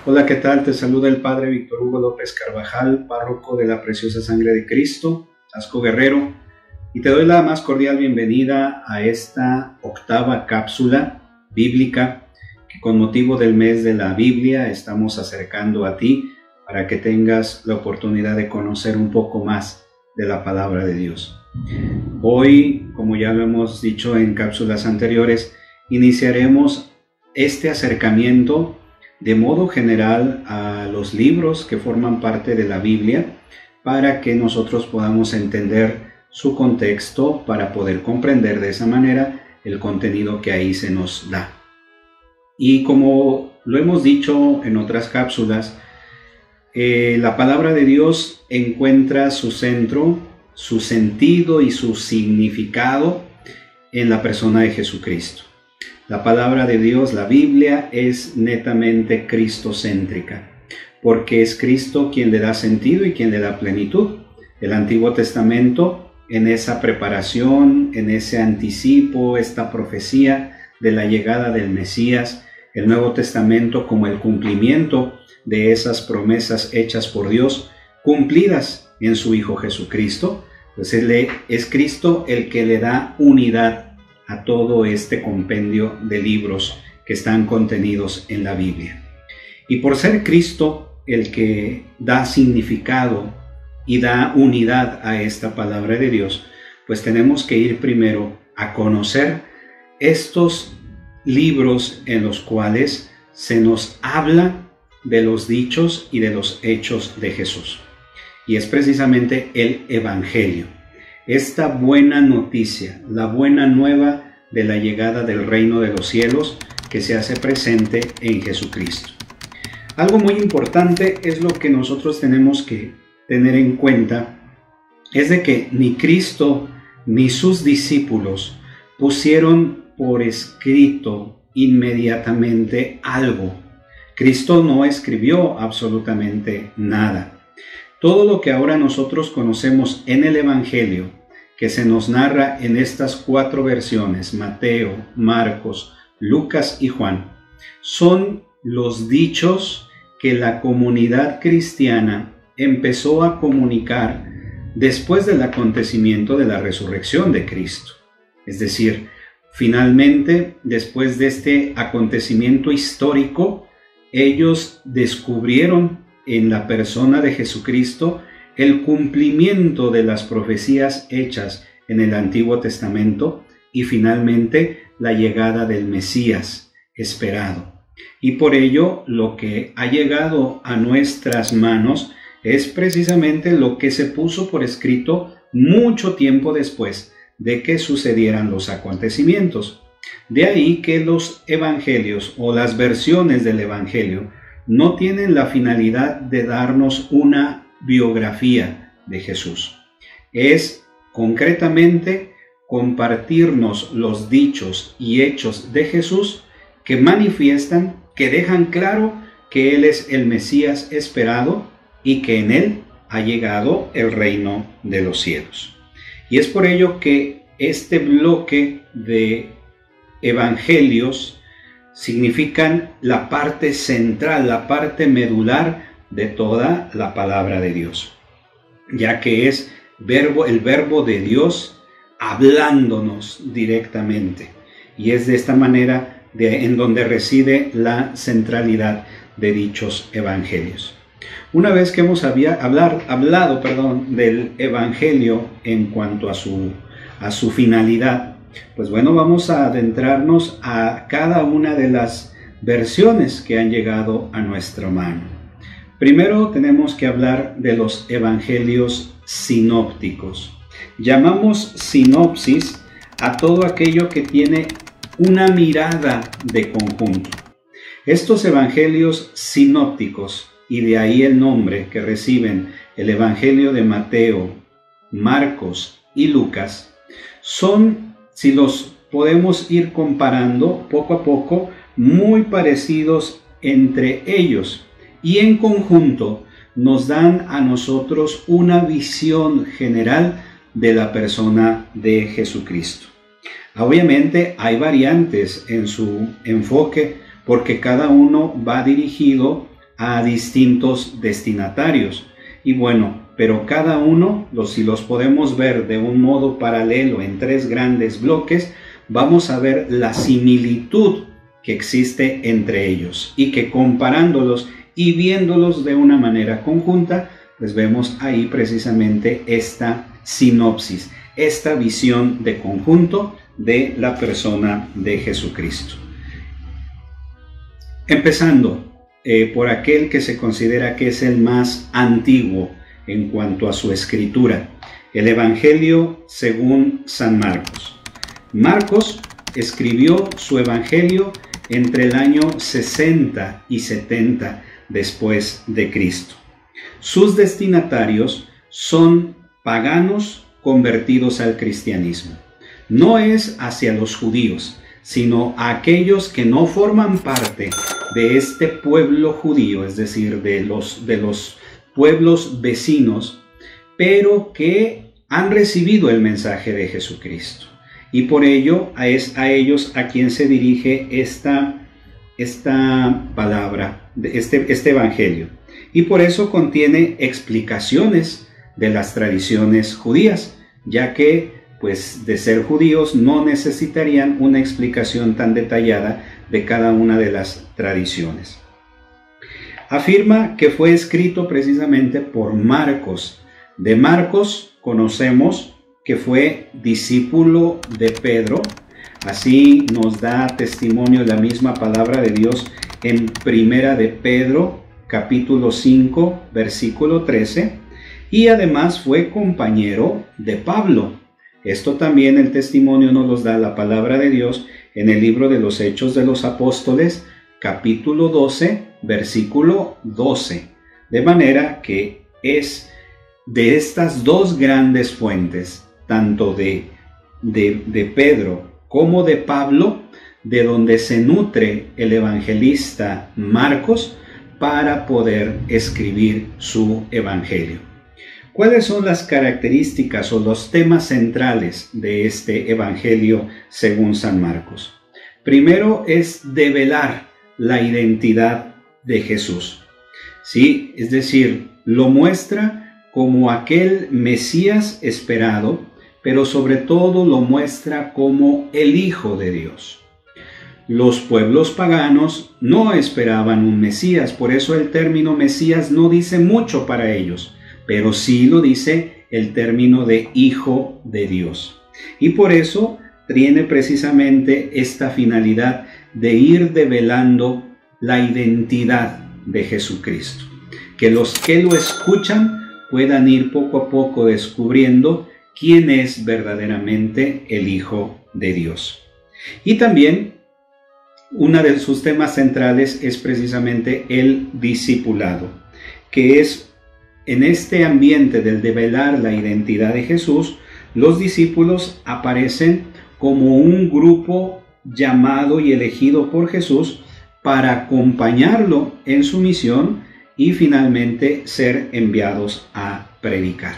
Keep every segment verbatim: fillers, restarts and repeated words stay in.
Hola, ¿qué tal? Te saluda el Padre Víctor Hugo López Carvajal, párroco de la Preciosa Sangre de Cristo, Tasco Guerrero, y te doy la más cordial bienvenida a esta octava cápsula bíblica que con motivo del mes de la Biblia estamos acercando a ti para que tengas la oportunidad de conocer un poco más de la palabra de Dios. Hoy, como ya lo hemos dicho en cápsulas anteriores, iniciaremos este acercamiento de modo general a los libros que forman parte de la Biblia para que nosotros podamos entender su contexto, para poder comprender de esa manera el contenido que ahí se nos da. Y como lo hemos dicho en otras cápsulas, eh, la palabra de Dios encuentra su centro, su sentido y su significado en la persona de Jesucristo. La palabra de Dios, la Biblia, es netamente cristocéntrica, porque es Cristo quien le da sentido y quien le da plenitud. El Antiguo Testamento, en esa preparación, en ese anticipo, esta profecía de la llegada del Mesías, el Nuevo Testamento como el cumplimiento de esas promesas hechas por Dios, cumplidas en su Hijo Jesucristo, pues él es Cristo el que le da unidad a todo este compendio de libros que están contenidos en la Biblia. Y por ser Cristo el que da significado y da unidad a esta palabra de Dios, pues tenemos que ir primero a conocer estos libros en los cuales se nos habla de los dichos y de los hechos de Jesús. Y es precisamente el Evangelio. Esta buena noticia, la buena nueva de la llegada del reino de los cielos que se hace presente en Jesucristo. Algo muy importante es lo que nosotros tenemos que tener en cuenta, es de que ni Cristo ni sus discípulos pusieron por escrito inmediatamente algo. Cristo no escribió absolutamente nada. Todo lo que ahora nosotros conocemos en el Evangelio, que se nos narra en estas cuatro versiones, Mateo, Marcos, Lucas y Juan, son los dichos que la comunidad cristiana empezó a comunicar después del acontecimiento de la resurrección de Cristo. Es decir, finalmente, después de este acontecimiento histórico, ellos descubrieron en la persona de Jesucristo el cumplimiento de las profecías hechas en el Antiguo Testamento y finalmente la llegada del Mesías esperado. Y por ello lo que ha llegado a nuestras manos es precisamente lo que se puso por escrito mucho tiempo después de que sucedieran los acontecimientos. De ahí que los evangelios o las versiones del Evangelio no tienen la finalidad de darnos una biografía de Jesús. Es concretamente compartirnos los dichos y hechos de Jesús que manifiestan, que dejan claro que Él es el Mesías esperado y que en Él ha llegado el reino de los cielos. Y es por ello que este bloque de evangelios significan la parte central, la parte medular de toda la palabra de Dios, ya que es verbo, el verbo de Dios hablándonos directamente. Y es de esta manera de, en donde reside la centralidad de dichos evangelios. Una vez que hemos había, hablar, hablado perdón, del evangelio en cuanto a su, a su finalidad, pues bueno, vamos a adentrarnos a cada una de las versiones que han llegado a nuestra mano. Primero tenemos que hablar de los evangelios sinópticos. Llamamos sinopsis a todo aquello que tiene una mirada de conjunto. Estos evangelios sinópticos, y de ahí el nombre que reciben el evangelio de Mateo, Marcos y Lucas, son, si los podemos ir comparando poco a poco, muy parecidos entre ellos y en conjunto nos dan a nosotros una visión general de la persona de Jesucristo. Obviamente hay variantes en su enfoque porque cada uno va dirigido a distintos destinatarios. Y bueno, pero cada uno, los, si los podemos ver de un modo paralelo en tres grandes bloques, vamos a ver la similitud que existe entre ellos y que comparándolos y viéndolos de una manera conjunta, pues vemos ahí precisamente esta sinopsis, esta visión de conjunto de la persona de Jesucristo. Empezando eh, por aquel que se considera que es el más antiguo en cuanto a su escritura, el Evangelio según San Marcos. Marcos escribió su Evangelio entre el año sesenta y setenta después de Cristo. Sus destinatarios son paganos convertidos al cristianismo. No es hacia los judíos, sino a aquellos que no forman parte de este pueblo judío, es decir, de los, de los pueblos vecinos, pero que han recibido el mensaje de Jesucristo. Y por ello es a ellos a quien se dirige esta, esta palabra, este, este evangelio. Y por eso contiene explicaciones de las tradiciones judías, ya que pues de ser judíos no necesitarían una explicación tan detallada de cada una de las tradiciones. Afirma que fue escrito precisamente por Marcos. De Marcos conocemos que fue discípulo de Pedro. Así nos da testimonio la misma palabra de Dios en Primera de Pedro, capítulo cinco, versículo trece. Y además fue compañero de Pablo. Esto también el testimonio nos los da la palabra de Dios en el libro de los Hechos de los Apóstoles, capítulo doce, versículo doce. De manera que es de estas dos grandes fuentes, tanto de, de, de Pedro como de Pablo, de donde se nutre el evangelista Marcos para poder escribir su evangelio. ¿Cuáles son las características o los temas centrales de este evangelio según San Marcos? Primero es develar la identidad de Jesús. Sí, es decir, lo muestra como aquel Mesías esperado, pero sobre todo lo muestra como el Hijo de Dios. Los pueblos paganos no esperaban un Mesías, por eso el término Mesías no dice mucho para ellos, pero sí lo dice el término de Hijo de Dios. Y por eso tiene precisamente esta finalidad de ir develando la identidad de Jesucristo. Que los que lo escuchan puedan ir poco a poco descubriendo quién es verdaderamente el Hijo de Dios. Y también uno de sus temas centrales es precisamente el discipulado, que es en este ambiente del develar la identidad de Jesús, los discípulos aparecen como un grupo llamado y elegido por Jesús para acompañarlo en su misión y finalmente ser enviados a predicar.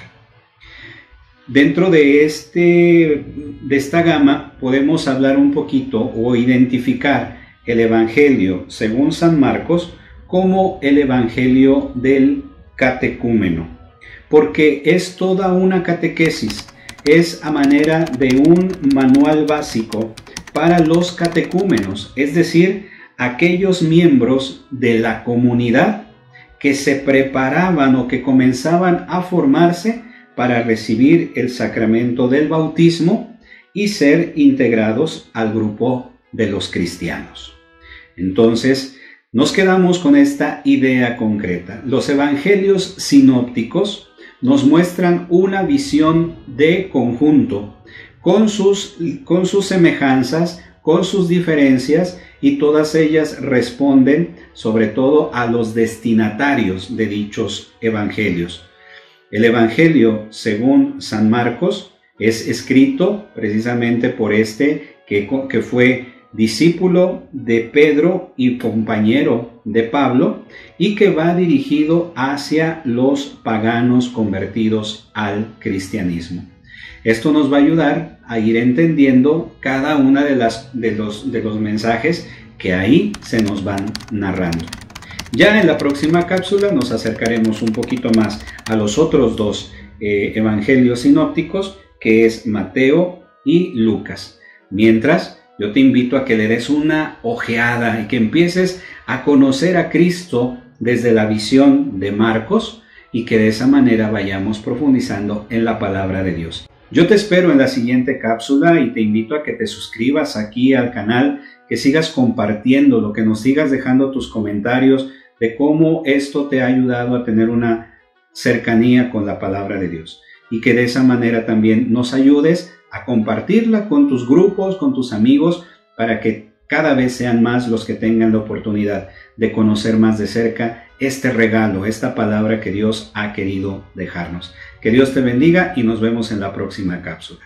Dentro de, este, de esta gama podemos hablar un poquito o identificar el Evangelio según San Marcos como el Evangelio del catecúmeno, porque es toda una catequesis, es a manera de un manual básico para los catecúmenos, es decir, aquellos miembros de la comunidad que se preparaban o que comenzaban a formarse para recibir el sacramento del bautismo y ser integrados al grupo de los cristianos. Entonces, nos quedamos con esta idea concreta. Los evangelios sinópticos nos muestran una visión de conjunto, con sus, con sus semejanzas, con sus diferencias, y todas ellas responden sobre todo a los destinatarios de dichos evangelios. El evangelio según San Marcos es escrito precisamente por este que, que fue discípulo de Pedro y compañero de Pablo, y que va dirigido hacia los paganos convertidos al cristianismo. Esto nos va a ayudar a ir entendiendo cada una de, las, de, los, de los mensajes que ahí se nos van narrando. Ya en la próxima cápsula nos acercaremos un poquito más a los otros dos eh, evangelios sinópticos, que es Mateo y Lucas. Mientras, yo te invito a que le des una ojeada y que empieces a conocer a Cristo desde la visión de Marcos y que de esa manera vayamos profundizando en la palabra de Dios. Yo te espero en la siguiente cápsula y te invito a que te suscribas aquí al canal, que sigas compartiendo, lo que nos sigas dejando tus comentarios de cómo esto te ha ayudado a tener una cercanía con la palabra de Dios y que de esa manera también nos ayudes a compartirla con tus grupos, con tus amigos, para que cada vez sean más los que tengan la oportunidad de conocer más de cerca este regalo, esta palabra que Dios ha querido dejarnos. Que Dios te bendiga y nos vemos en la próxima cápsula.